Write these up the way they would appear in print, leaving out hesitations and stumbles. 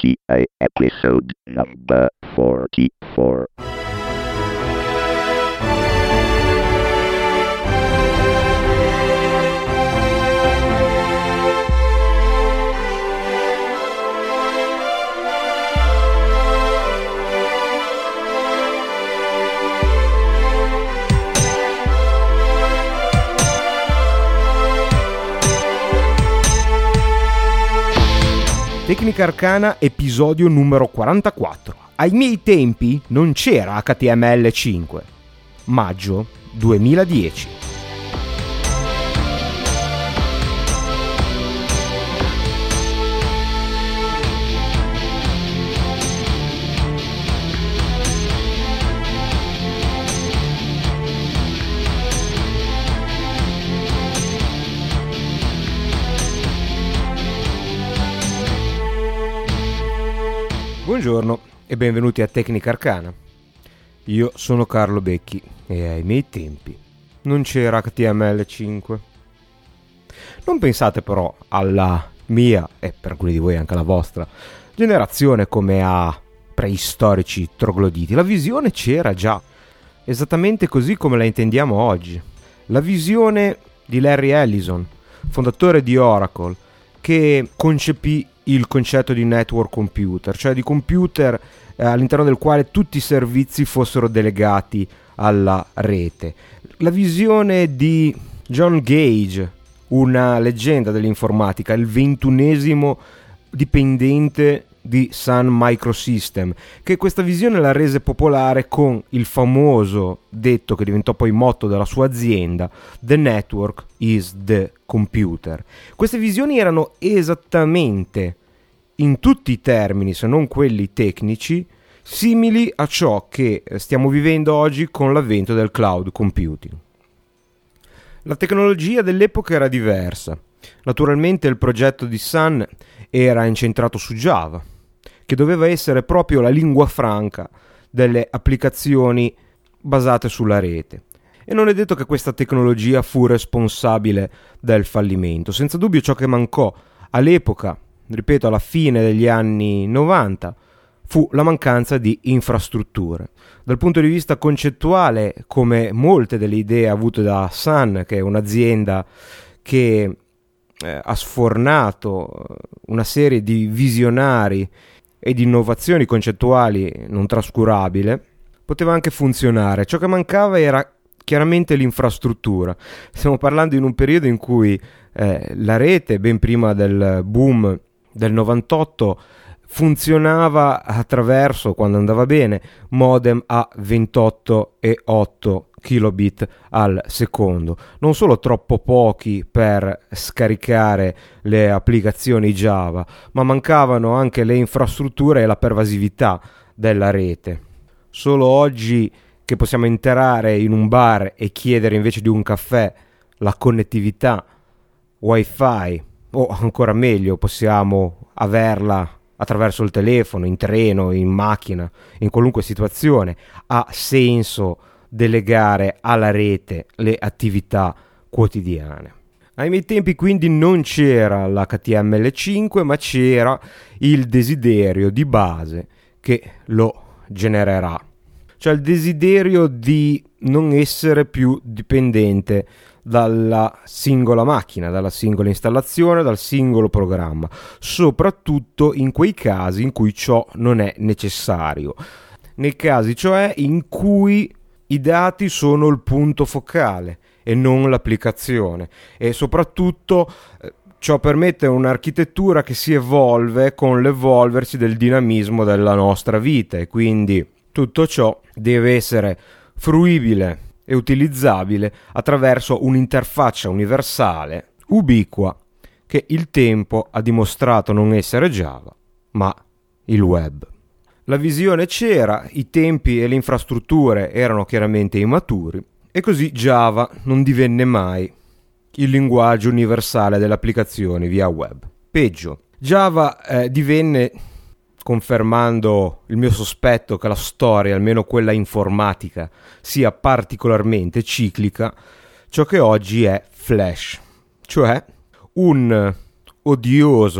RTI episode number 44. Tecnica Arcana, episodio numero 44. Ai miei tempi non c'era HTML5. Maggio 2010. Buongiorno e benvenuti a Tecnica Arcana. Io sono Carlo Becchi e ai miei tempi non c'era HTML5. Non pensate però alla mia, e per alcuni di voi anche alla vostra, generazione come a preistorici trogloditi. La visione c'era già, esattamente così come la intendiamo oggi. La visione di Larry Ellison, fondatore di Oracle, che concepì il concetto di network computer, cioè di computer all'interno del quale tutti i servizi fossero delegati alla rete. La visione di John Gage, una leggenda dell'informatica, il 21esimo dipendente di Sun Microsystem, che questa visione la rese popolare con il famoso detto che diventò poi motto della sua azienda: "The network is the computer". Queste visioni erano esattamente, in tutti i termini se non quelli tecnici, simili a ciò che stiamo vivendo oggi con l'avvento del cloud computing. La tecnologia dell'epoca era diversa. Naturalmente il progetto di Sun era incentrato su Java, che doveva essere proprio la lingua franca delle applicazioni basate sulla rete. E non è detto che questa tecnologia fu responsabile del fallimento. Senza dubbio ciò che mancò all'epoca, ripeto alla fine degli anni 90, fu la mancanza di infrastrutture. Dal punto di vista concettuale, come molte delle idee avute da Sun, che è un'azienda che ha sfornato una serie di visionari e di innovazioni concettuali non trascurabile, poteva anche funzionare. Ciò che mancava era chiaramente l'infrastruttura. Stiamo parlando in un periodo in cui la rete, ben prima del boom del 98, funzionava attraverso, quando andava bene, modem a 28,8 kilobit al secondo. Non solo troppo pochi per scaricare le applicazioni Java, ma mancavano anche le infrastrutture e la pervasività della rete. Solo oggi che possiamo entrare in un bar e chiedere invece di un caffè la connettività wifi, o ancora meglio possiamo averla attraverso il telefono, in treno, in macchina, in qualunque situazione, ha senso delegare alla rete le attività quotidiane. Ai miei tempi quindi non c'era l'HTML5, ma c'era il desiderio di base che lo genererà. Cioè il desiderio di non essere più dipendente dalla singola macchina, dalla singola installazione, dal singolo programma, soprattutto in quei casi in cui ciò non è necessario, nei casi cioè in cui i dati sono il punto focale e non l'applicazione, e soprattutto ciò permette un'architettura che si evolve con l'evolversi del dinamismo della nostra vita, e quindi tutto ciò deve essere fruibile e utilizzabile attraverso un'interfaccia universale, ubiqua, che il tempo ha dimostrato non essere Java, ma il web. La visione c'era, i tempi e le infrastrutture erano chiaramente immaturi, e così Java non divenne mai il linguaggio universale delle applicazioni via web. Peggio, Java divenne, confermando il mio sospetto che la storia, almeno quella informatica, sia particolarmente ciclica, ciò che oggi è Flash, cioè un odioso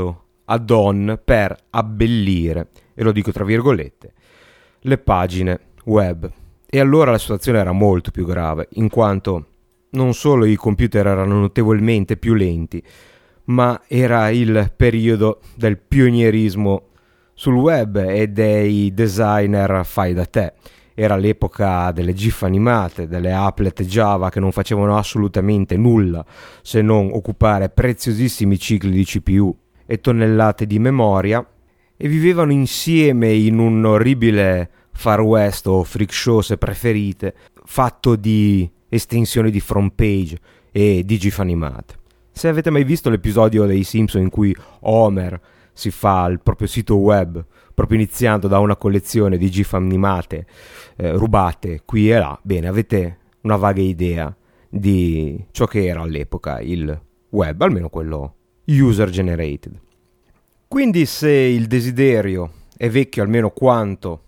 add-on per abbellire, e lo dico tra virgolette, le pagine web. E allora la situazione era molto più grave, in quanto non solo i computer erano notevolmente più lenti, ma era il periodo del pionierismo sul web e dei designer fai da te. Era l'epoca delle GIF animate, delle applet Java che non facevano assolutamente nulla se non occupare preziosissimi cicli di CPU e tonnellate di memoria, e vivevano insieme in un orribile Far West o freak show se preferite, fatto di estensioni di front page e di GIF animate. Se avete mai visto l'episodio dei Simpson in cui Homer si fa il proprio sito web, proprio iniziando da una collezione di GIF animate rubate qui e là, bene, avete una vaga idea di ciò che era all'epoca il web, almeno quello user generated. Quindi se il desiderio è vecchio almeno quanto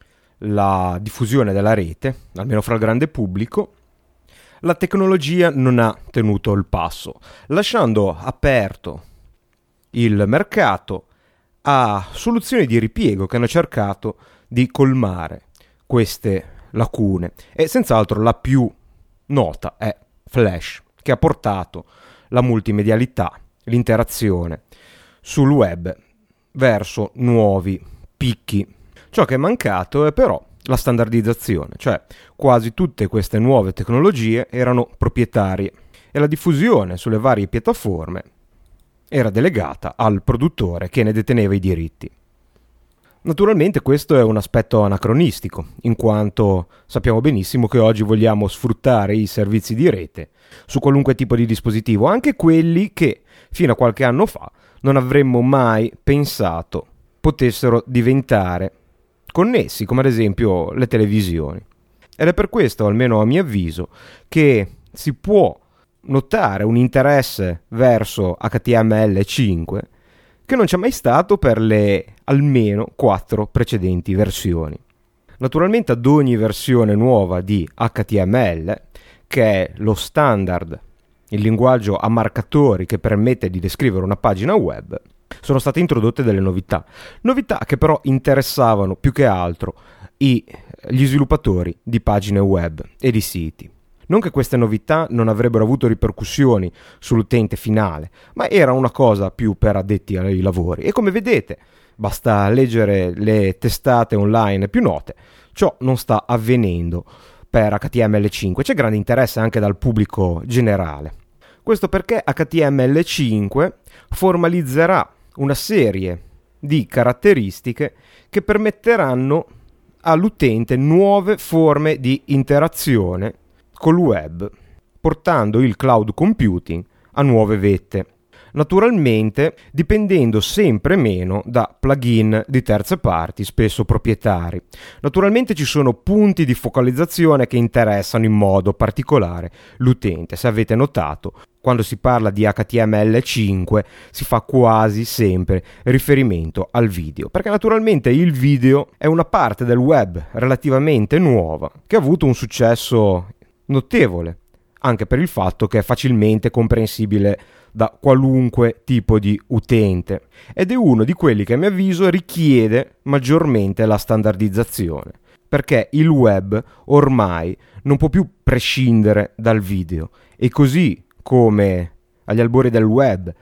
la diffusione della rete, almeno fra il grande pubblico, la tecnologia non ha tenuto il passo, lasciando aperto il mercato a soluzioni di ripiego che hanno cercato di colmare queste lacune. E senz'altro la più nota è Flash, che ha portato la multimedialità, l'interazione sul web verso nuovi picchi. Ciò che è mancato è però la standardizzazione, cioè quasi tutte queste nuove tecnologie erano proprietarie e la diffusione sulle varie piattaforme era delegata al produttore che ne deteneva i diritti. Naturalmente questo è un aspetto anacronistico, in quanto sappiamo benissimo che oggi vogliamo sfruttare i servizi di rete su qualunque tipo di dispositivo, anche quelli che fino a qualche anno fa non avremmo mai pensato potessero diventare connessi, come ad esempio le televisioni. Ed è per questo, almeno a mio avviso, che si può notare un interesse verso HTML5 che non c'è mai stato per le almeno 4 precedenti versioni. Naturalmente ad ogni versione nuova di HTML, che è lo standard, il linguaggio a marcatori che permette di descrivere una pagina web, sono state introdotte delle novità che però interessavano più che altro gli sviluppatori di pagine web e di siti. Non che queste novità non avrebbero avuto ripercussioni sull'utente finale, ma era una cosa più per addetti ai lavori. E come vedete, basta leggere le testate online più note, ciò non sta avvenendo per HTML5. C'è grande interesse anche dal pubblico generale. Questo perché HTML5 formalizzerà una serie di caratteristiche che permetteranno all'utente nuove forme di interazione col web, portando il cloud computing a nuove vette. Naturalmente dipendendo sempre meno da plugin di terze parti, spesso proprietari. Naturalmente ci sono punti di focalizzazione che interessano in modo particolare l'utente. Se avete notato, quando si parla di HTML5 si fa quasi sempre riferimento al video, perché naturalmente il video è una parte del web relativamente nuova che ha avuto un successo notevole, anche per il fatto che è facilmente comprensibile da qualunque tipo di utente ed è uno di quelli che a mio avviso richiede maggiormente la standardizzazione, perché il web ormai non può più prescindere dal video e così come agli albori del web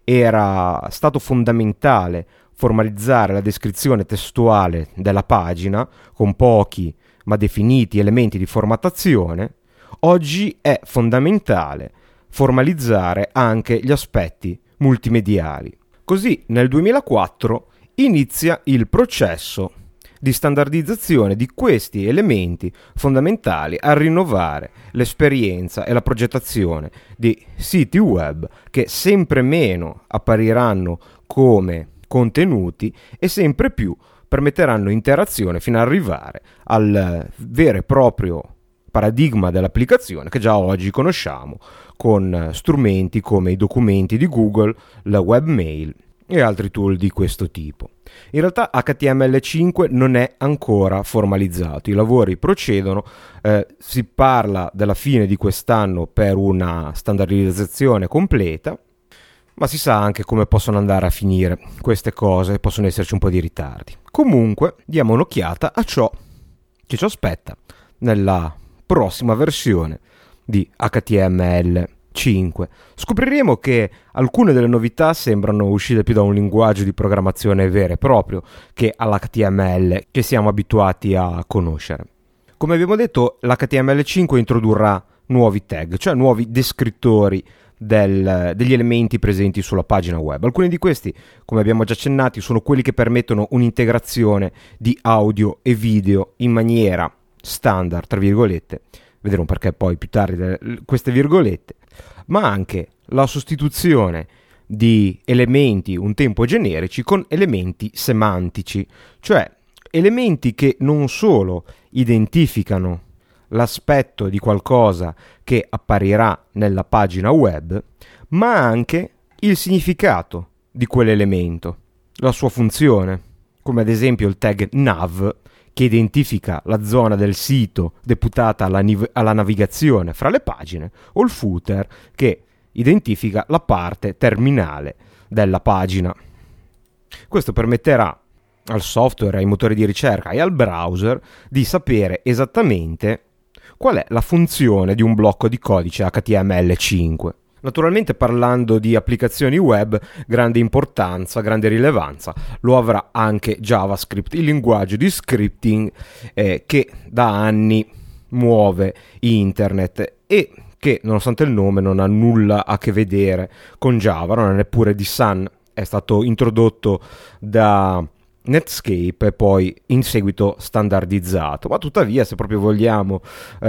era stato fondamentale formalizzare la descrizione testuale della pagina con pochi ma definiti elementi di formattazione, oggi è fondamentale formalizzare anche gli aspetti multimediali. Così nel 2004 inizia il processo di standardizzazione di questi elementi fondamentali a rinnovare l'esperienza e la progettazione di siti web che sempre meno appariranno come contenuti e sempre più permetteranno interazione fino ad arrivare al vero e proprio paradigma dell'applicazione che già oggi conosciamo con strumenti come i documenti di Google, la webmail e altri tool di questo tipo. In realtà HTML5 non è ancora formalizzato, i lavori procedono, si parla della fine di quest'anno per una standardizzazione completa Ma si sa anche come possono andare a finire queste cose, possono esserci un po' di ritardi. Comunque, diamo un'occhiata a ciò che ci aspetta nella prossima versione di HTML5. Scopriremo che alcune delle novità sembrano uscire più da un linguaggio di programmazione vero e proprio che all'HTML che siamo abituati a conoscere. Come abbiamo detto, l'HTML5 introdurrà nuovi tag, cioè nuovi descrittori degli elementi presenti sulla pagina web. Alcuni di questi, come abbiamo già accennati, sono quelli che permettono un'integrazione di audio e video in maniera standard, tra virgolette. Vedremo perché poi più tardi queste virgolette, ma anche la sostituzione di elementi un tempo generici con elementi semantici, cioè elementi che non solo identificano l'aspetto di qualcosa che apparirà nella pagina web, ma anche il significato di quell'elemento, la sua funzione, come ad esempio il tag nav che identifica la zona del sito deputata alla navigazione fra le pagine, o il footer che identifica la parte terminale della pagina. Questo permetterà al software, ai motori di ricerca e al browser di sapere esattamente qual è la funzione di un blocco di codice HTML5. Naturalmente, parlando di applicazioni web, grande importanza, grande rilevanza lo avrà anche JavaScript, il linguaggio di scripting che da anni muove internet e che, nonostante il nome, non ha nulla a che vedere con Java, non ha neppure di Sun. È stato introdotto da Netscape e poi in seguito standardizzato, ma tuttavia, se proprio vogliamo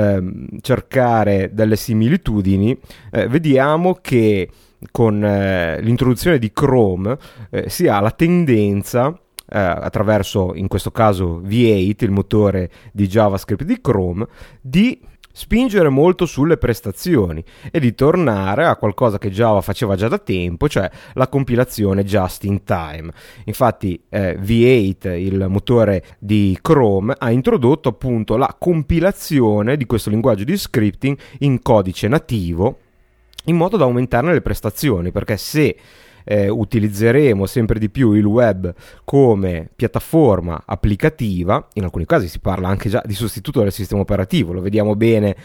cercare delle similitudini, vediamo che con l'introduzione di Chrome si ha la tendenza, attraverso in questo caso V8, il motore di JavaScript di Chrome, di spingere molto sulle prestazioni e di tornare a qualcosa che Java faceva già da tempo, cioè la compilazione just in time. Infatti V8, il motore di Chrome, ha introdotto appunto la compilazione di questo linguaggio di scripting in codice nativo, in modo da aumentarne le prestazioni, perché se utilizzeremo sempre di più il web come piattaforma applicativa, in alcuni casi si parla anche già di sostituto del sistema operativo, lo vediamo bene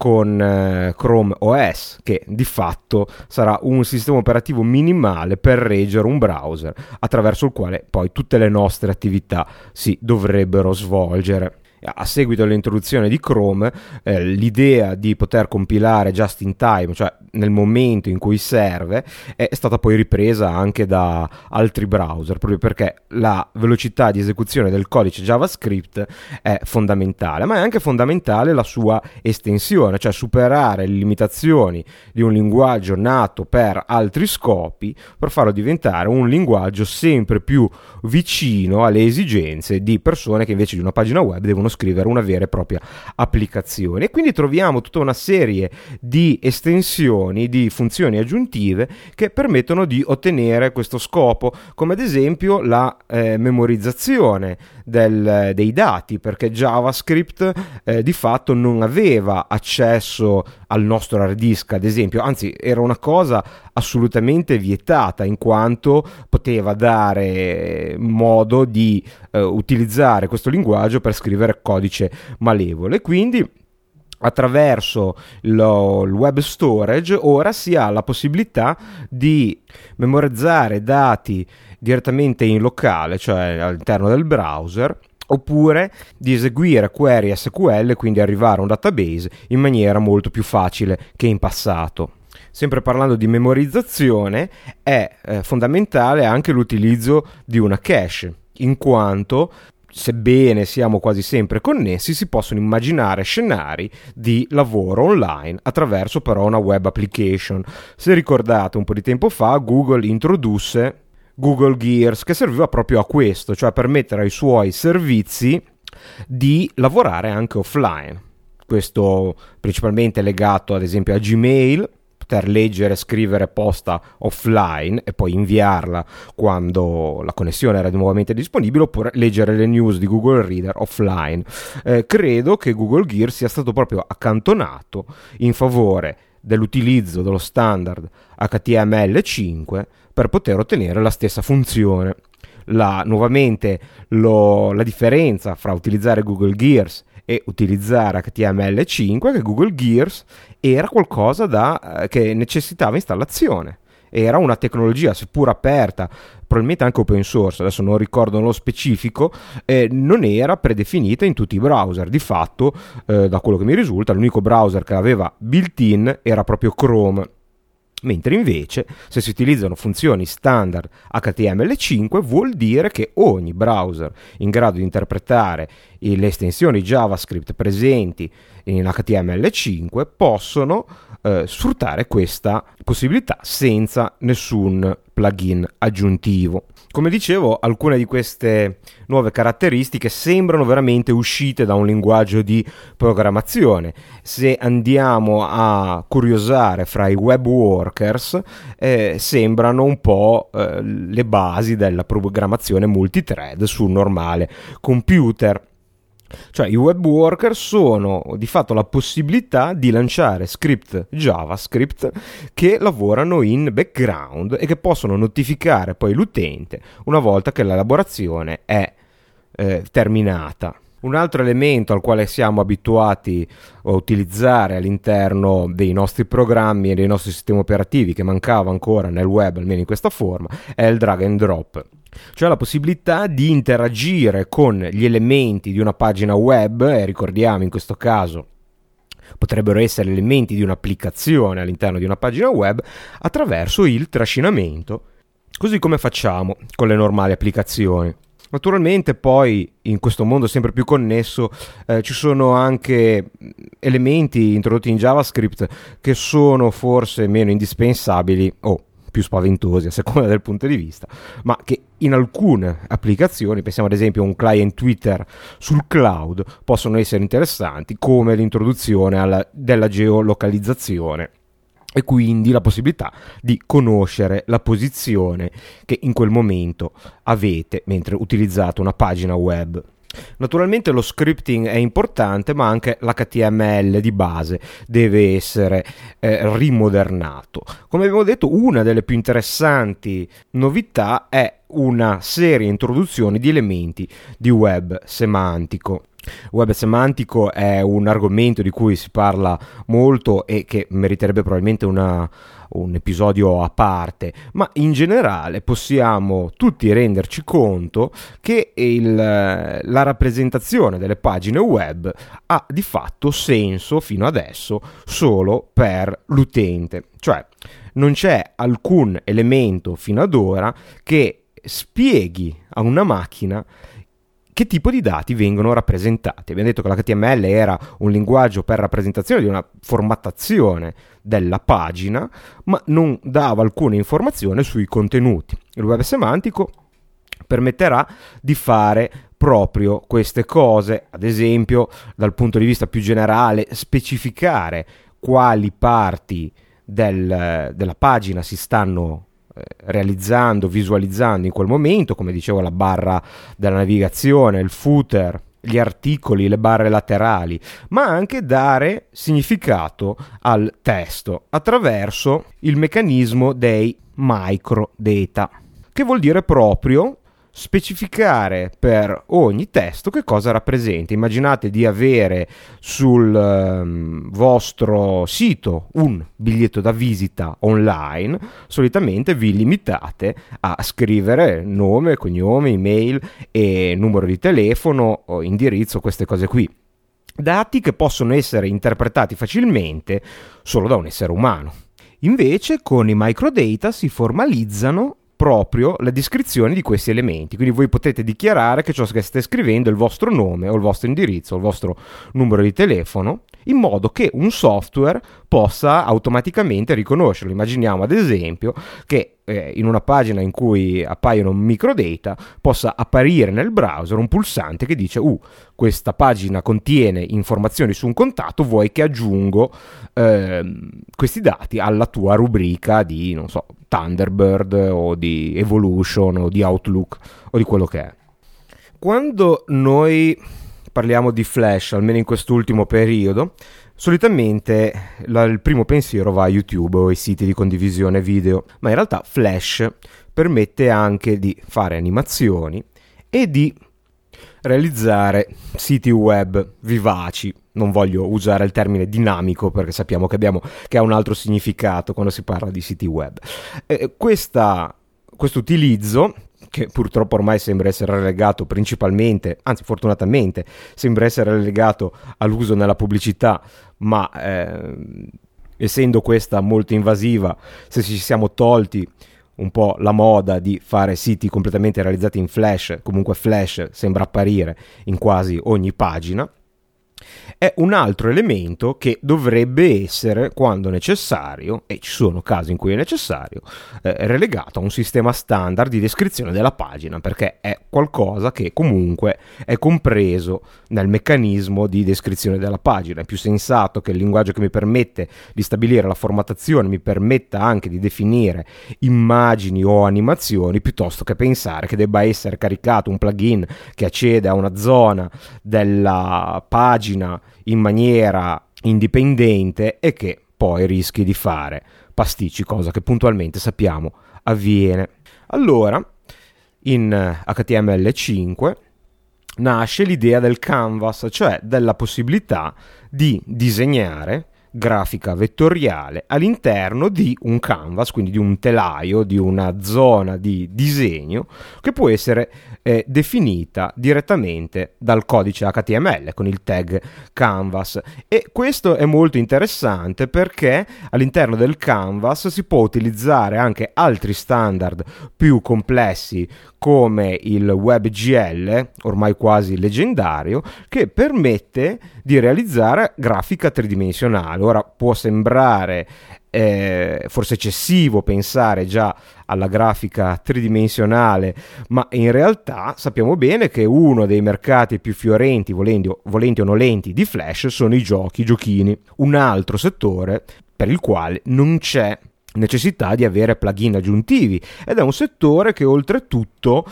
con Chrome OS, che di fatto sarà un sistema operativo minimale per reggere un browser attraverso il quale poi tutte le nostre attività si dovrebbero svolgere. A seguito dell'introduzione di Chrome, l'idea di poter compilare just in time, cioè nel momento in cui serve, è stata poi ripresa anche da altri browser, proprio perché la velocità di esecuzione del codice JavaScript è fondamentale, ma è anche fondamentale la sua estensione, cioè superare le limitazioni di un linguaggio nato per altri scopi per farlo diventare un linguaggio sempre più vicino alle esigenze di persone che invece di una pagina web devono scrivere una vera e propria applicazione. E quindi troviamo tutta una serie di estensioni, di funzioni aggiuntive che permettono di ottenere questo scopo, come ad esempio la memorizzazione dei dati, perché JavaScript di fatto non aveva accesso al nostro hard disk, ad esempio, anzi era una cosa assolutamente vietata, in quanto poteva dare modo di utilizzare questo linguaggio per scrivere codice malevole. Quindi attraverso il web storage ora si ha la possibilità di memorizzare dati direttamente in locale, cioè all'interno del browser, oppure di eseguire query SQL, quindi arrivare a un database in maniera molto più facile che in passato. Sempre parlando di memorizzazione, è fondamentale anche l'utilizzo di una cache, in quanto, sebbene siamo quasi sempre connessi, si possono immaginare scenari di lavoro online attraverso però una web application. Se ricordate, un po' di tempo fa Google introdusse Google Gears, che serviva proprio a questo, cioè a permettere ai suoi servizi di lavorare anche offline. Questo principalmente legato ad esempio a Gmail, poter leggere e scrivere posta offline e poi inviarla quando la connessione era nuovamente disponibile, oppure leggere le news di Google Reader offline. Credo che Google Gear sia stato proprio accantonato in favore dell'utilizzo dello standard HTML5 per poter ottenere la stessa funzione. Nuovamente la differenza fra utilizzare Google Gears e utilizzare HTML5 è che Google Gears era qualcosa che necessitava installazione. Era una tecnologia, seppur aperta, probabilmente anche open source, adesso non ricordo nello specifico, non era predefinita in tutti i browser. Di fatto, da quello che mi risulta, l'unico browser che aveva built-in era proprio Chrome. Mentre invece, se si utilizzano funzioni standard HTML5, vuol dire che ogni browser in grado di interpretare le estensioni JavaScript presenti in HTML5 possono sfruttare questa possibilità senza nessun plugin aggiuntivo. Come dicevo, alcune di queste nuove caratteristiche sembrano veramente uscite da un linguaggio di programmazione. Se andiamo a curiosare fra i web workers, sembrano un po' le basi della programmazione multithread su un normale computer. Cioè i web worker sono di fatto la possibilità di lanciare script JavaScript che lavorano in background e che possono notificare poi l'utente una volta che l'elaborazione è terminata. Un altro elemento al quale siamo abituati a utilizzare all'interno dei nostri programmi e dei nostri sistemi operativi, che mancava ancora nel web, almeno in questa forma, è il drag and drop. Cioè la possibilità di interagire con gli elementi di una pagina web, e ricordiamo in questo caso potrebbero essere elementi di un'applicazione all'interno di una pagina web, attraverso il trascinamento, così come facciamo con le normali applicazioni. Naturalmente poi in questo mondo sempre più connesso ci sono anche elementi introdotti in JavaScript che sono forse meno indispensabili o più spaventosi a seconda del punto di vista, ma che in alcune applicazioni, pensiamo ad esempio a un client Twitter sul cloud, possono essere interessanti, come l'introduzione della geolocalizzazione e quindi la possibilità di conoscere la posizione che in quel momento avete mentre utilizzate una pagina web. Naturalmente lo scripting è importante, ma anche l'HTML di base deve essere rimodernato. Come abbiamo detto, una delle più interessanti novità è una serie introduzione di elementi di web semantico. Web semantico è un argomento di cui si parla molto e che meriterebbe probabilmente un episodio a parte, ma in generale possiamo tutti renderci conto che la rappresentazione delle pagine web ha di fatto senso fino adesso solo per l'utente, cioè non c'è alcun elemento fino ad ora che spieghi a una macchina che tipo di dati vengono rappresentati. Abbiamo detto che l'HTML era un linguaggio per rappresentazione di una formattazione della pagina, ma non dava alcuna informazione sui contenuti. Il web semantico permetterà di fare proprio queste cose, ad esempio dal punto di vista più generale specificare quali parti della pagina si stanno realizzando, visualizzando in quel momento, come dicevo la barra della navigazione, il footer, gli articoli, le barre laterali, ma anche dare significato al testo attraverso il meccanismo dei microdata, che vuol dire proprio specificare per ogni testo che cosa rappresenta. Immaginate di avere sul vostro sito un biglietto da visita online, solitamente vi limitate a scrivere nome, cognome, email e numero di telefono o indirizzo, queste cose qui. Dati che possono essere interpretati facilmente solo da un essere umano. Invece con i microdata si formalizzano proprio la descrizione di questi elementi, quindi voi potete dichiarare che ciò che state scrivendo è il vostro nome o il vostro indirizzo o il vostro numero di telefono, in modo che un software possa automaticamente riconoscerlo. Immaginiamo ad esempio che in una pagina in cui appaiono microdata possa apparire nel browser un pulsante che dice questa pagina contiene informazioni su un contatto, vuoi che aggiungo questi dati alla tua rubrica di, non so, Thunderbird o di Evolution o di Outlook o di quello che è. Quando noi parliamo di Flash, almeno in quest'ultimo periodo, Solitamente il primo pensiero va a YouTube o ai siti di condivisione video, ma in realtà Flash permette anche di fare animazioni e di realizzare siti web vivaci. Non voglio usare il termine dinamico perché sappiamo che ha un altro significato quando si parla di siti web. Questo utilizzo, che purtroppo ormai sembra essere relegato principalmente, anzi fortunatamente, sembra essere relegato all'uso nella pubblicità, ma essendo questa molto invasiva, se ci siamo tolti un po' la moda di fare siti completamente realizzati in Flash, comunque Flash sembra apparire in quasi ogni pagina, è un altro elemento che dovrebbe essere, quando necessario, e ci sono casi in cui è necessario, relegato a un sistema standard di descrizione della pagina, perché è qualcosa che comunque è compreso nel meccanismo di descrizione della pagina. È più sensato che il linguaggio che mi permette di stabilire la formattazione mi permetta anche di definire immagini o animazioni, piuttosto che pensare che debba essere caricato un plugin che accede a una zona della pagina in maniera indipendente e che poi rischi di fare pasticci, cosa che puntualmente sappiamo avviene. Allora, in HTML5 nasce l'idea del canvas, cioè della possibilità di disegnare grafica vettoriale all'interno di un canvas, quindi di un telaio, di una zona di disegno che può essere definita direttamente dal codice HTML con il tag canvas. E questo è molto interessante perché all'interno del canvas si può utilizzare anche altri standard più complessi come il WebGL, ormai quasi leggendario, che permette di realizzare grafica tridimensionale. Ora può sembrare forse eccessivo pensare già alla grafica tridimensionale, ma in realtà sappiamo bene che uno dei mercati più fiorenti, volenti o nolenti, di Flash sono i giochini. Un altro settore per il quale non c'è necessità di avere plugin aggiuntivi ed è un settore che oltretutto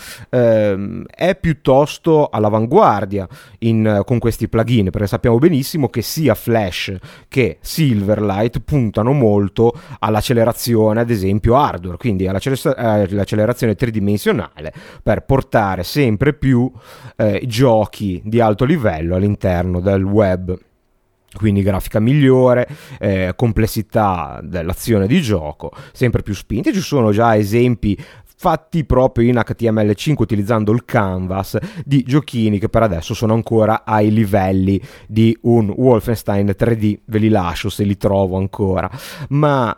è piuttosto all'avanguardia con questi plugin, perché sappiamo benissimo che sia Flash che Silverlight puntano molto all'accelerazione, ad esempio hardware, quindi all'accelerazione tridimensionale per portare sempre più giochi di alto livello all'interno del web. Quindi grafica migliore, complessità dell'azione di gioco, sempre più spinti. Ci sono già esempi fatti proprio in HTML5 utilizzando il canvas di giochini che per adesso sono ancora ai livelli di un Wolfenstein 3D, ve li lascio se li trovo ancora, ma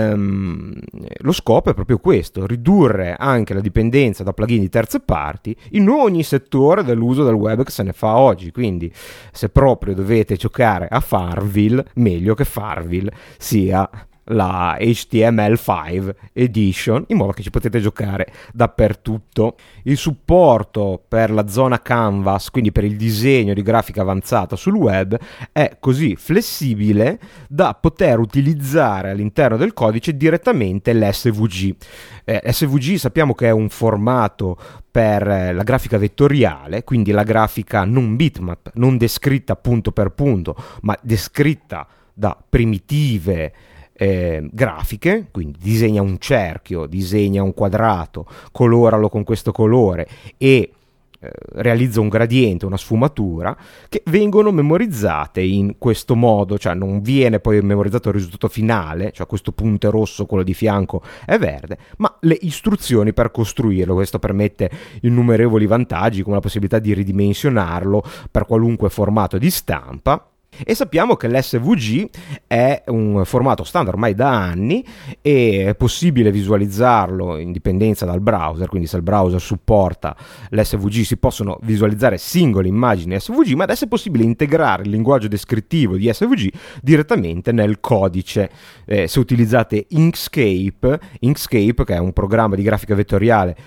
lo scopo è proprio questo: ridurre anche la dipendenza da plugin di terze parti in ogni settore dell'uso del web che se ne fa oggi. Quindi se proprio dovete giocare a Farmville, meglio che Farmville sia la HTML5 edition, in modo che ci potete giocare dappertutto. Il supporto per la zona canvas, quindi per il disegno di grafica avanzata sul web, è così flessibile da poter utilizzare all'interno del codice direttamente l'SVG. SVG sappiamo che è un formato per la grafica vettoriale, quindi la grafica non bitmap, non descritta punto per punto, ma descritta da primitive grafiche, quindi disegna un cerchio, disegna un quadrato, coloralo con questo colore e realizza un gradiente, una sfumatura, che vengono memorizzate in questo modo, cioè non viene poi memorizzato il risultato finale, cioè questo punto è rosso, quello di fianco è verde, ma le istruzioni per costruirlo. Questo permette innumerevoli vantaggi, come la possibilità di ridimensionarlo per qualunque formato di stampa. E sappiamo che l'SVG è un formato standard ormai da anni e è possibile visualizzarlo in dipendenza dal browser, quindi se il browser supporta l'SVG si possono visualizzare singole immagini SVG, ma adesso è possibile integrare il linguaggio descrittivo di SVG direttamente nel codice. Se utilizzate Inkscape, che è un programma di grafica vettoriale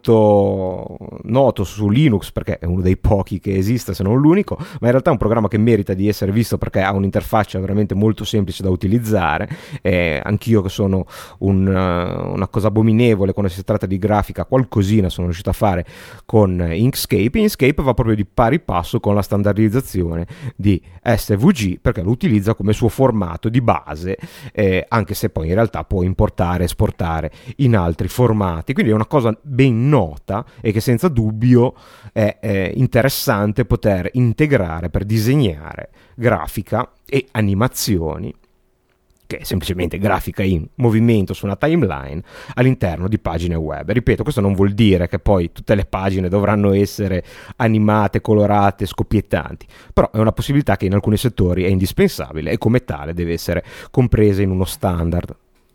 molto noto su Linux, perché è uno dei pochi che esiste, se non l'unico, ma in realtà è un programma che merita merita di essere visto perché ha un'interfaccia veramente molto semplice da utilizzare. Anch'io, che sono una cosa abominevole quando si tratta di grafica, qualcosina sono riuscito a fare con Inkscape va proprio di pari passo con la standardizzazione di SVG, perché lo utilizza come suo formato di base, anche se poi in realtà può importare e esportare in altri formati. Quindi è una cosa ben nota e che senza dubbio è interessante poter integrare per disegnare grafica e animazioni, che è semplicemente grafica in movimento su una timeline all'interno di pagine web. Ripeto, questo non vuol dire che poi tutte le pagine dovranno essere animate, colorate, scoppiettanti, però è una possibilità che in alcuni settori è indispensabile e come tale deve essere compresa in uno standard.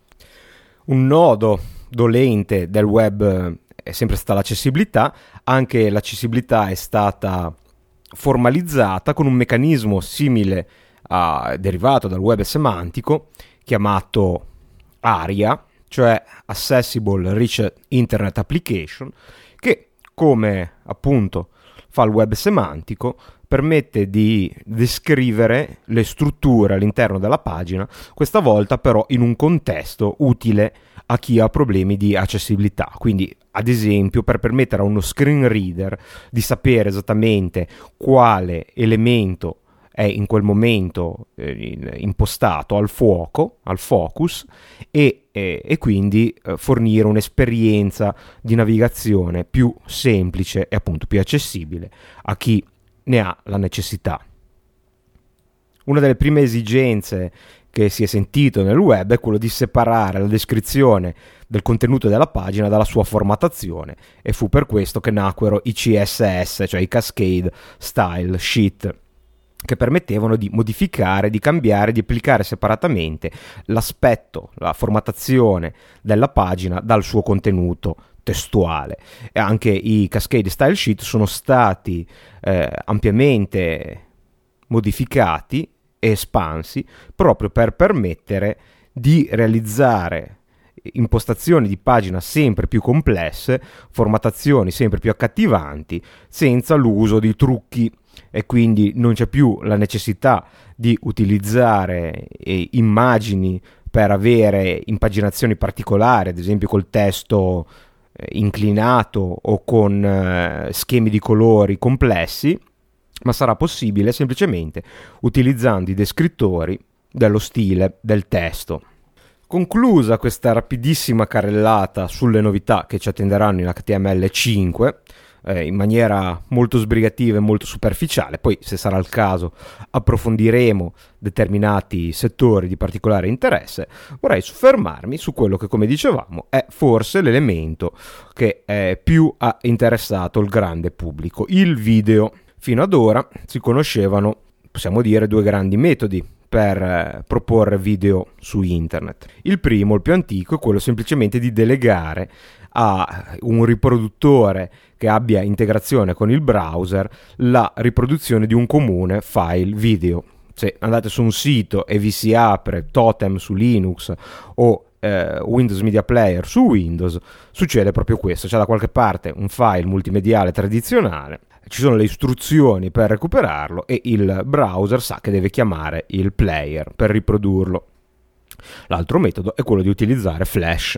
Un nodo dolente del web è sempre stata l'accessibilità. Anche l'accessibilità è stata formalizzata con un meccanismo simile derivato dal web semantico, chiamato ARIA, cioè Accessible Rich Internet Application, che, come appunto fa il web semantico, permette di descrivere le strutture all'interno della pagina, questa volta però in un contesto utile a chi ha problemi di accessibilità. Quindi, ad esempio, per permettere a uno screen reader di sapere esattamente quale elemento è in quel momento impostato al focus, e quindi fornire un'esperienza di navigazione più semplice e appunto più accessibile a chi ne ha la necessità. Una delle prime esigenze che si è sentito nel web è quello di separare la descrizione del contenuto della pagina dalla sua formattazione, e fu per questo che nacquero i CSS, cioè i Cascade Style Sheet, che permettevano di modificare, di cambiare, di applicare separatamente l'aspetto, la formattazione della pagina dal suo contenuto testuale. E anche i Cascade Style Sheet sono stati ampiamente modificati e espansi proprio per permettere di realizzare impostazioni di pagina sempre più complesse, formattazioni sempre più accattivanti, senza l'uso di trucchi, e quindi non c'è più la necessità di utilizzare immagini per avere impaginazioni particolari, ad esempio col testo inclinato o con schemi di colori complessi, ma sarà possibile semplicemente utilizzando i descrittori dello stile del testo. Conclusa questa rapidissima carrellata sulle novità che ci attenderanno in HTML5, in maniera molto sbrigativa e molto superficiale, poi se sarà il caso approfondiremo determinati settori di particolare interesse, vorrei soffermarmi su quello che, come dicevamo, è forse l'elemento che più ha interessato il grande pubblico: il video. Fino ad ora si conoscevano, possiamo dire, due grandi metodi per proporre video su internet. Il primo, il più antico, è quello semplicemente di delegare a un riproduttore che abbia integrazione con il browser la riproduzione di un comune file video. Se andate su un sito e vi si apre Totem su Linux o Windows Media Player su Windows, succede proprio questo: c'è da qualche parte un file multimediale tradizionale, ci sono le istruzioni per recuperarlo e il browser sa che deve chiamare il player per riprodurlo. L'altro metodo è quello di utilizzare Flash.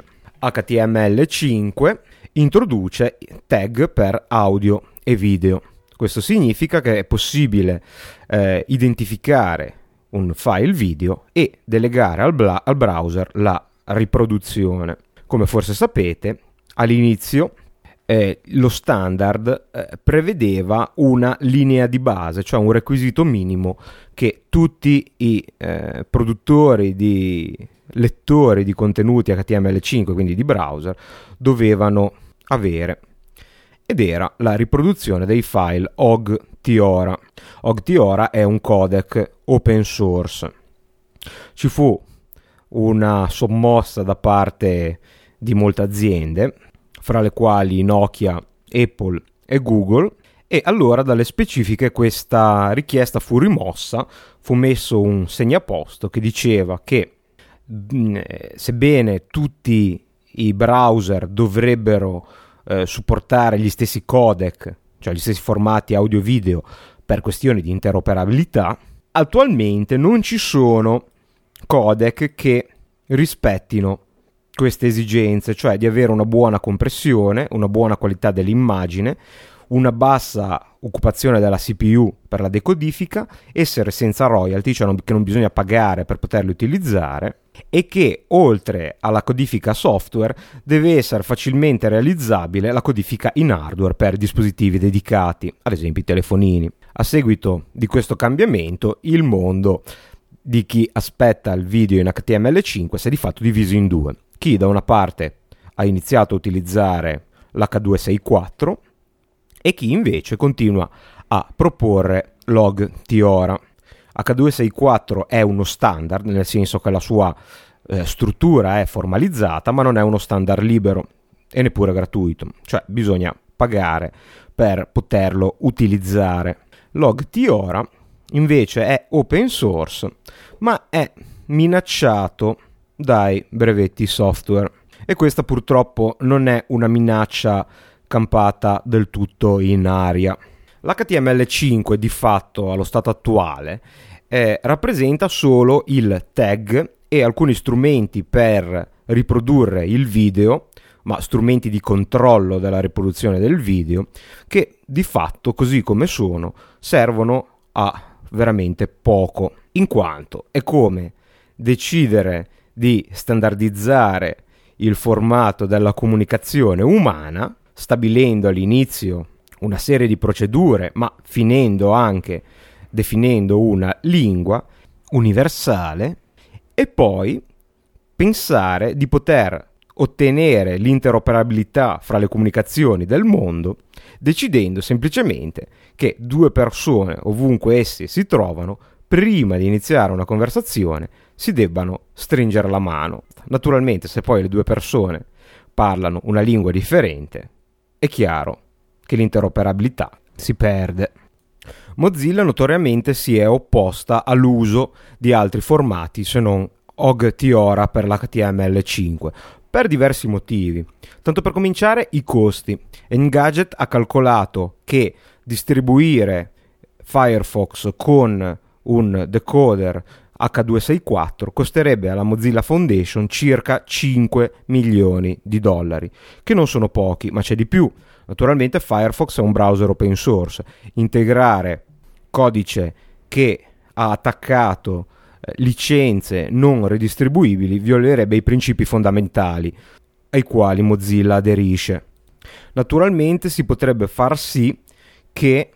HTML5 introduce tag per audio e video. Questo significa che è possibile identificare un file video e delegare al browser la riproduzione. Come forse sapete, all'inizio lo standard prevedeva una linea di base, cioè un requisito minimo che tutti i produttori di lettori di contenuti HTML5, quindi di browser, dovevano avere, ed era la riproduzione dei file OGTORA. OGTORA è un codec open source. Ci fu una sommossa da parte di molte aziende, fra le quali Nokia, Apple e Google, e allora dalle specifiche questa richiesta fu rimossa, fu messo un segnaposto che diceva che sebbene tutti i browser dovrebbero supportare gli stessi codec, cioè gli stessi formati audio-video per questioni di interoperabilità, Attualmente non ci sono codec che rispettino queste esigenze, cioè di avere una buona compressione, una buona qualità dell'immagine, una bassa occupazione della CPU per la decodifica, essere senza royalty, cioè che non bisogna pagare per poterli utilizzare, e che oltre alla codifica software deve essere facilmente realizzabile la codifica in hardware per dispositivi dedicati, ad esempio i telefonini. A seguito di questo cambiamento, il mondo di chi aspetta il video in HTML5 si è di fatto diviso in due. Chi da una parte ha iniziato a utilizzare l'H264 e chi invece continua a proporre log Theora. H264 è uno standard, nel senso che la sua struttura è formalizzata, ma non è uno standard libero e neppure gratuito, cioè bisogna pagare per poterlo utilizzare. Log Theora invece è open source, ma è minacciato dai brevetti software, e questa purtroppo non è una minaccia campata del tutto in aria. L'HTML5 di fatto allo stato attuale rappresenta solo il tag e alcuni strumenti per riprodurre il video, ma strumenti di controllo della riproduzione del video, che di fatto, così come sono, servono a veramente poco, in quanto è come decidere di standardizzare il formato della comunicazione umana, stabilendo all'inizio una serie di procedure, ma finendo anche definendo una lingua universale, e poi pensare di poter ottenere l'interoperabilità fra le comunicazioni del mondo, decidendo semplicemente che due persone, ovunque essi si trovano, prima di iniziare una conversazione si debbano stringere la mano. Naturalmente, se poi le due persone parlano una lingua differente, è chiaro che l'interoperabilità si perde. Mozilla notoriamente si è opposta all'uso di altri formati se non OGG Theora per l'HTML5, per diversi motivi. Tanto per cominciare, i costi. Engadget ha calcolato che distribuire Firefox con un decoder H264 costerebbe alla Mozilla Foundation circa 5 milioni di dollari, che non sono pochi, ma c'è di più. Naturalmente Firefox è un browser open source. Integrare codice che ha attaccato licenze non redistribuibili violerebbe i principi fondamentali ai quali Mozilla aderisce. Naturalmente si potrebbe far sì che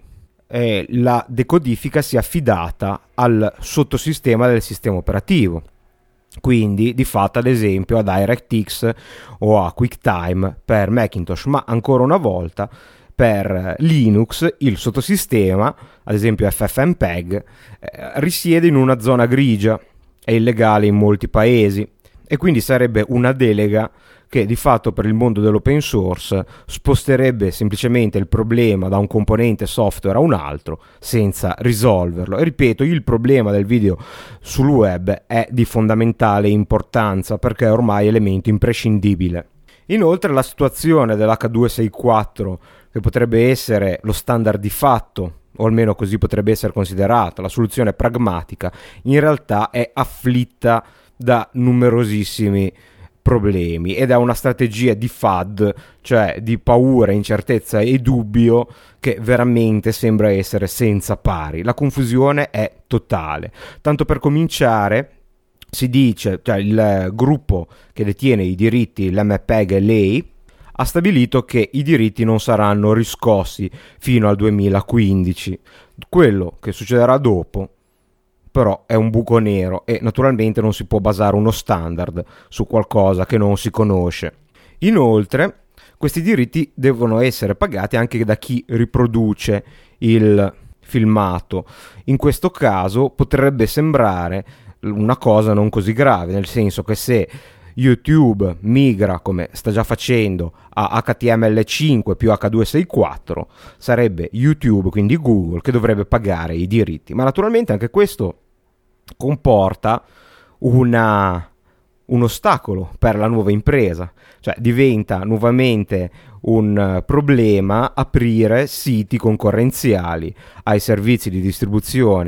la decodifica sia affidata al sottosistema del sistema operativo, quindi di fatto ad esempio a DirectX o a QuickTime per Macintosh, ma ancora una volta per Linux il sottosistema, ad esempio FFmpeg, risiede in una zona grigia, è illegale in molti paesi, e quindi sarebbe una delega che di fatto per il mondo dell'open source sposterebbe semplicemente il problema da un componente software a un altro senza risolverlo. E ripeto, il problema del video sul web è di fondamentale importanza perché è ormai elemento imprescindibile. Inoltre la situazione dell'H264, che potrebbe essere lo standard di fatto, o almeno così potrebbe essere considerata la soluzione pragmatica, in realtà è afflitta da numerosissimi problemi ed è una strategia di FUD, cioè di paura, incertezza e dubbio, che veramente sembra essere senza pari. La confusione è totale. Tanto per cominciare, si dice, cioè il gruppo che detiene i diritti, l'MPEG e l'EI, ha stabilito che i diritti non saranno riscossi fino al 2015. Quello che succederà dopo però è un buco nero e naturalmente non si può basare uno standard su qualcosa che non si conosce. Inoltre, questi diritti devono essere pagati anche da chi riproduce il filmato. In questo caso potrebbe sembrare una cosa non così grave, nel senso che se YouTube migra, come sta già facendo, a HTML5 più H264, sarebbe YouTube, quindi Google, che dovrebbe pagare i diritti. Ma naturalmente anche questo comporta un ostacolo per la nuova impresa, cioè diventa nuovamente un problema aprire siti concorrenziali ai servizi di distribuzione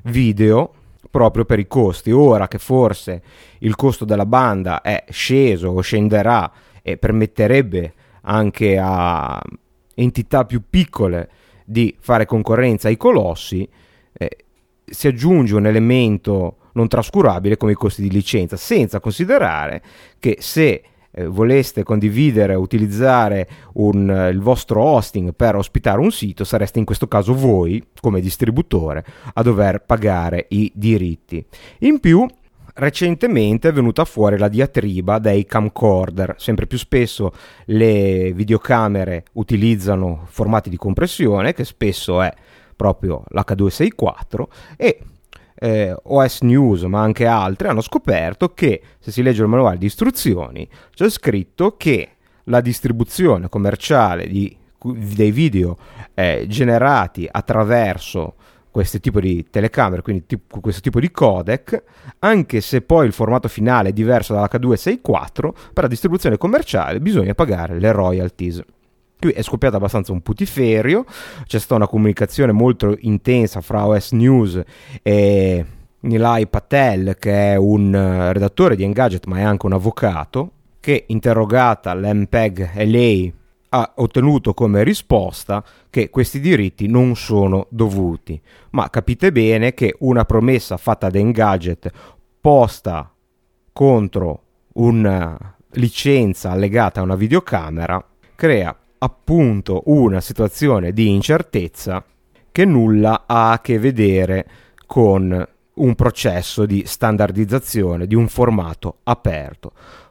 video proprio per i costi. Ora che forse il costo della banda è sceso o scenderà e permetterebbe anche a entità più piccole di fare concorrenza ai colossi, si aggiunge un elemento non trascurabile come i costi di licenza, senza considerare che se voleste condividere o utilizzare il vostro hosting per ospitare un sito, sareste in questo caso voi, come distributore, a dover pagare i diritti. In più, recentemente è venuta fuori la diatriba dei camcorder. Sempre più spesso le videocamere utilizzano formati di compressione, che spesso è proprio l'H264, e OS News, ma anche altri, hanno scoperto che, se si legge il manuale di istruzioni, c'è scritto che la distribuzione commerciale dei video generati attraverso questo tipo di telecamere, quindi questo tipo di codec, anche se poi il formato finale è diverso dall'H264, per la distribuzione commerciale bisogna pagare le royalties. Qui è scoppiato abbastanza un putiferio, c'è stata una comunicazione molto intensa fra OS News e Nilay Patel, che è un redattore di Engadget ma è anche un avvocato, che, interrogata l'MPEG LA, ha ottenuto come risposta che questi diritti non sono dovuti. Ma capite bene che una promessa fatta da Engadget posta contro una licenza allegata a una videocamera crea appunto una situazione di incertezza che nulla ha a che vedere con un processo di standardizzazione di un formato aperto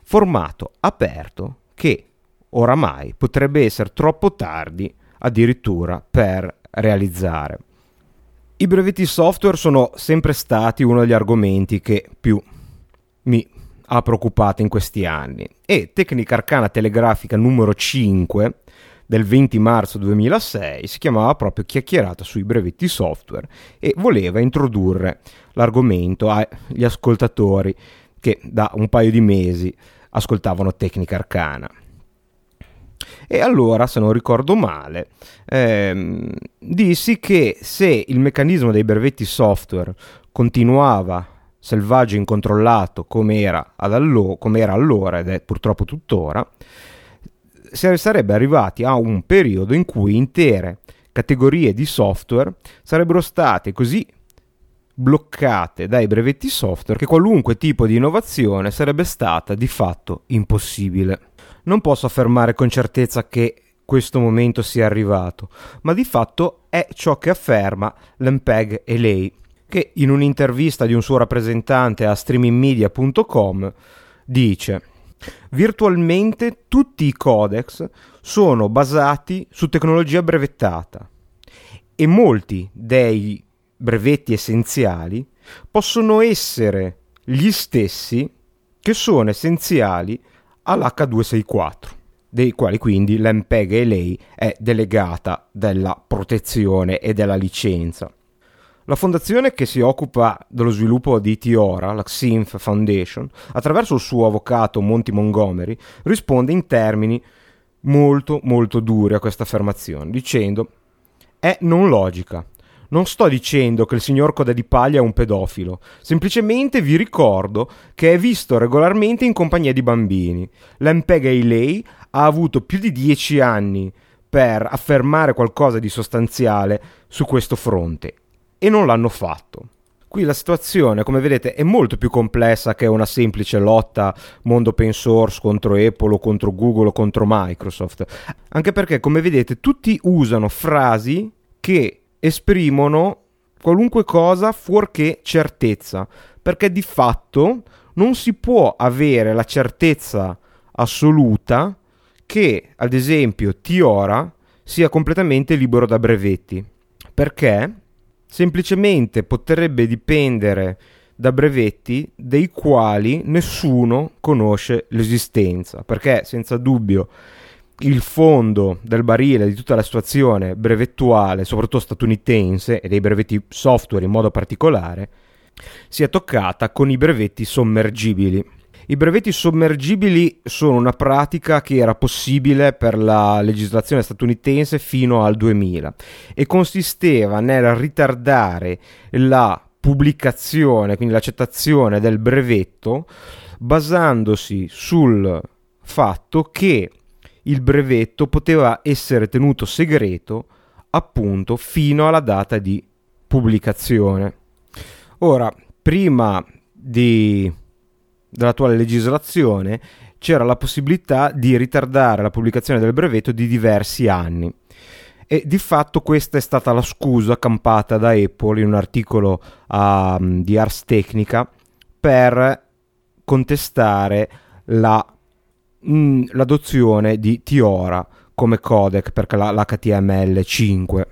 che oramai potrebbe essere troppo tardi addirittura per realizzare. I brevetti software sono sempre stati uno degli argomenti che più mi ha preoccupato in questi anni, e Tecnica Arcana Telegrafica numero 5 del 20 marzo 2006 si chiamava proprio Chiacchierata sui brevetti software e voleva introdurre l'argomento agli ascoltatori che da un paio di mesi ascoltavano Tecnica Arcana. E allora, se non ricordo male, dissi che se il meccanismo dei brevetti software continuava selvaggio e incontrollato come era allora ed è purtroppo tuttora, sarebbe arrivati a un periodo in cui intere categorie di software sarebbero state così bloccate dai brevetti software che qualunque tipo di innovazione sarebbe stata di fatto impossibile. Non posso affermare con certezza che questo momento sia arrivato, ma di fatto è ciò che afferma l'MPEG LA, che in un'intervista di un suo rappresentante a streamingmedia.com dice: virtualmente tutti i codex sono basati su tecnologia brevettata e molti dei brevetti essenziali possono essere gli stessi che sono essenziali all'H264, dei quali quindi l'MPEG LA è delegata della protezione e della licenza. La fondazione che si occupa dello sviluppo di TIORA, la Xinf Foundation, attraverso il suo avvocato Monty Montgomery, risponde in termini molto molto duri a questa affermazione, dicendo: è non logica. Non sto dicendo che il signor Coda di Paglia è un pedofilo, semplicemente vi ricordo che è visto regolarmente in compagnia di bambini. L'MPEG LA ha avuto più di 10 anni per affermare qualcosa di sostanziale su questo fronte e non l'hanno fatto. Qui la situazione, come vedete, è molto più complessa che una semplice lotta mondo open source contro Apple o contro Google o contro Microsoft, anche perché, come vedete, tutti usano frasi che esprimono qualunque cosa fuorché certezza, perché di fatto non si può avere la certezza assoluta che, ad esempio, TIORA sia completamente libero da brevetti, perché semplicemente potrebbe dipendere da brevetti dei quali nessuno conosce l'esistenza, perché senza dubbio il fondo del barile di tutta la situazione brevettuale, soprattutto statunitense, e dei brevetti software in modo particolare, si è toccata con i brevetti sommergibili. I brevetti sommergibili sono una pratica che era possibile per la legislazione statunitense fino al 2000 e consisteva nel ritardare la pubblicazione, quindi l'accettazione del brevetto, basandosi sul fatto che il brevetto poteva essere tenuto segreto appunto fino alla data di pubblicazione. Ora, prima dell'attuale legislazione c'era la possibilità di ritardare la pubblicazione del brevetto di diversi anni. E di fatto questa è stata la scusa campata da Apple in un articolo di Ars Technica per contestare l'adozione di TIORA come codec per l'HTML5.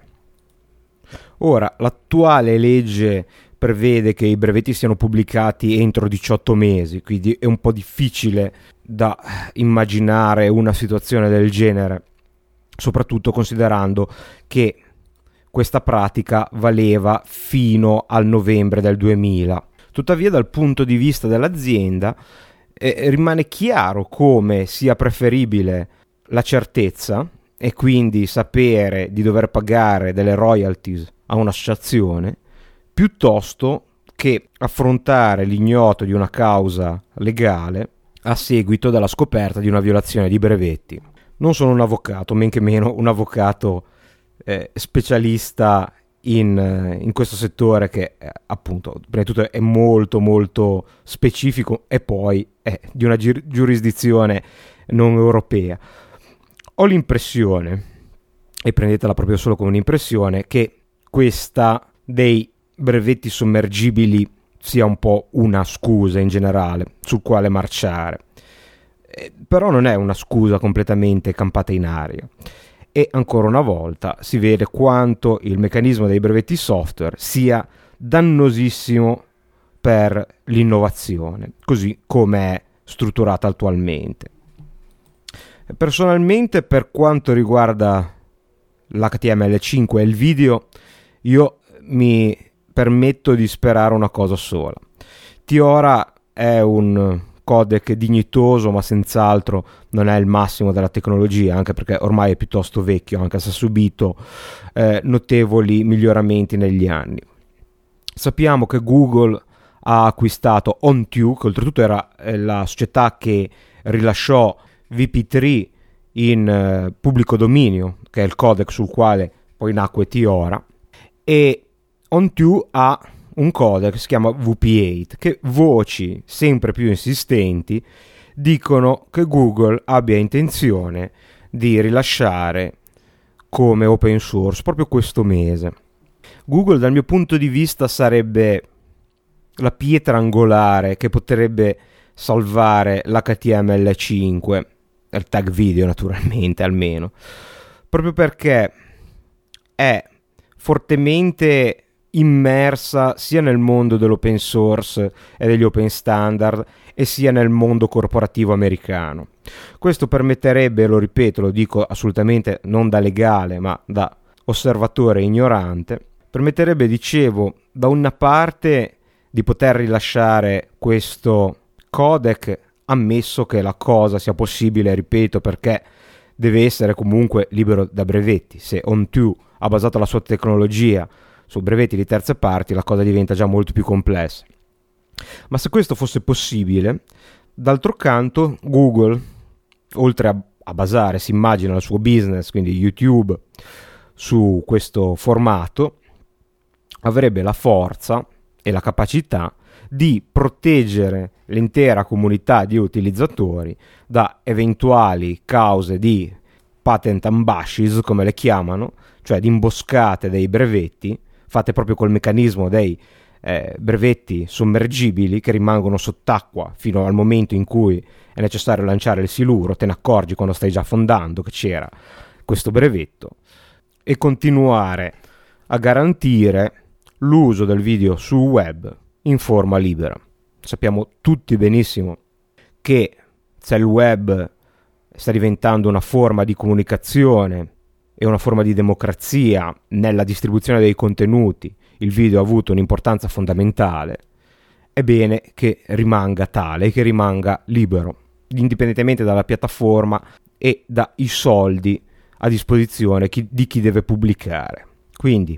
Ora, l'attuale legge prevede che i brevetti siano pubblicati entro 18 mesi, quindi è un po' difficile da immaginare una situazione del genere, soprattutto considerando che questa pratica valeva fino al novembre del 2000. Tuttavia, dal punto di vista dell'azienda, rimane chiaro come sia preferibile la certezza e quindi sapere di dover pagare delle royalties a un'associazione piuttosto che affrontare l'ignoto di una causa legale a seguito della scoperta di una violazione di brevetti. Non sono un avvocato, men che meno un avvocato specialista in questo settore che appunto prima di tutto è molto molto specifico e poi è di una giurisdizione non europea. Ho l'impressione, e prendetela proprio solo come un'impressione, che questa dei brevetti sommergibili sia un po' una scusa in generale sul quale marciare, però non è una scusa completamente campata in aria. E ancora una volta si vede quanto il meccanismo dei brevetti software sia dannosissimo per l'innovazione, così come è strutturata attualmente. Personalmente, per quanto riguarda l'HTML5 e il video, io mi permetto di sperare una cosa sola. TIORA è un codec dignitoso, ma senz'altro non è il massimo della tecnologia, anche perché ormai è piuttosto vecchio, anche se ha subito notevoli miglioramenti negli anni. Sappiamo che Google ha acquistato OnTu, che oltretutto era la società che rilasciò VP3 in pubblico dominio, che è il codec sul quale poi nacque TIORA, e OnTu ha un codec che si chiama VP8, che voci sempre più insistenti dicono che Google abbia intenzione di rilasciare come open source proprio questo mese. Google, dal mio punto di vista, sarebbe la pietra angolare che potrebbe salvare l'HTML5, il tag video naturalmente almeno, proprio perché è fortemente immersa sia nel mondo dell'open source e degli open standard e sia nel mondo corporativo americano. Questo permetterebbe, lo ripeto, lo dico assolutamente non da legale ma da osservatore ignorante, permetterebbe, dicevo, da una parte di poter rilasciare questo codec, ammesso che la cosa sia possibile, ripeto, perché deve essere comunque libero da brevetti. Se OnTu ha basato la sua tecnologia su brevetti di terze parti, la cosa diventa già molto più complessa. Ma se questo fosse possibile, d'altro canto Google, oltre a basare, si immagina, il suo business, quindi YouTube, su questo formato, avrebbe la forza e la capacità di proteggere l'intera comunità di utilizzatori da eventuali cause di patent ambushes, come le chiamano, cioè di imboscate dei brevetti fatte proprio col meccanismo dei brevetti sommergibili che rimangono sott'acqua fino al momento in cui è necessario lanciare il siluro, te ne accorgi quando stai già affondando che c'era questo brevetto, e continuare a garantire l'uso del video sul web in forma libera. Sappiamo tutti benissimo che se il web sta diventando una forma di comunicazione e una forma di democrazia nella distribuzione dei contenuti, il video ha avuto un'importanza fondamentale, è bene che rimanga tale, che rimanga libero, indipendentemente dalla piattaforma e dai soldi a disposizione di chi deve pubblicare. Quindi,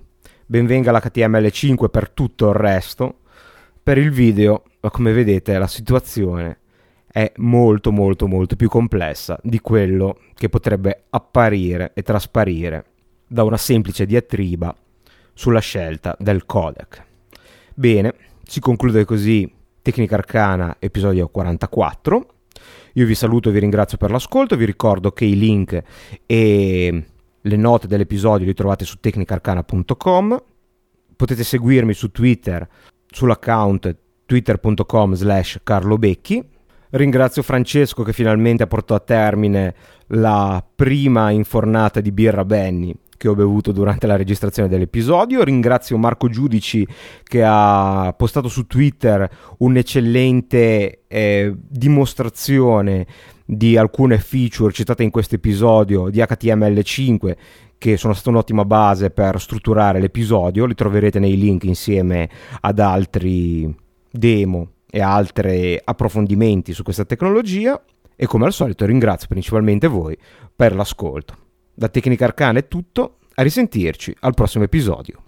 benvenga l'HTML5 per tutto il resto. Per il video, come vedete, la situazione è molto più complessa di quello che potrebbe apparire e trasparire da una semplice diatriba sulla scelta del codec. Bene, si conclude così Tecnica Arcana episodio 44. Io vi saluto e vi ringrazio per l'ascolto, vi ricordo che i link e le note dell'episodio li trovate su tecnicarcana.com. Potete seguirmi su Twitter sull'account twitter.com/carlobecchi. Ringrazio Francesco che finalmente ha portato a termine la prima infornata di birra Benny che ho bevuto durante la registrazione dell'episodio. Ringrazio Marco Giudici che ha postato su Twitter un'eccellente dimostrazione di alcune feature citate in questo episodio di HTML5 che sono state un'ottima base per strutturare l'episodio. Li troverete nei link insieme ad altri demo e altri approfondimenti su questa tecnologia, e come al solito ringrazio principalmente voi per l'ascolto. Da Tecnica Arcana è tutto, a risentirci al prossimo episodio.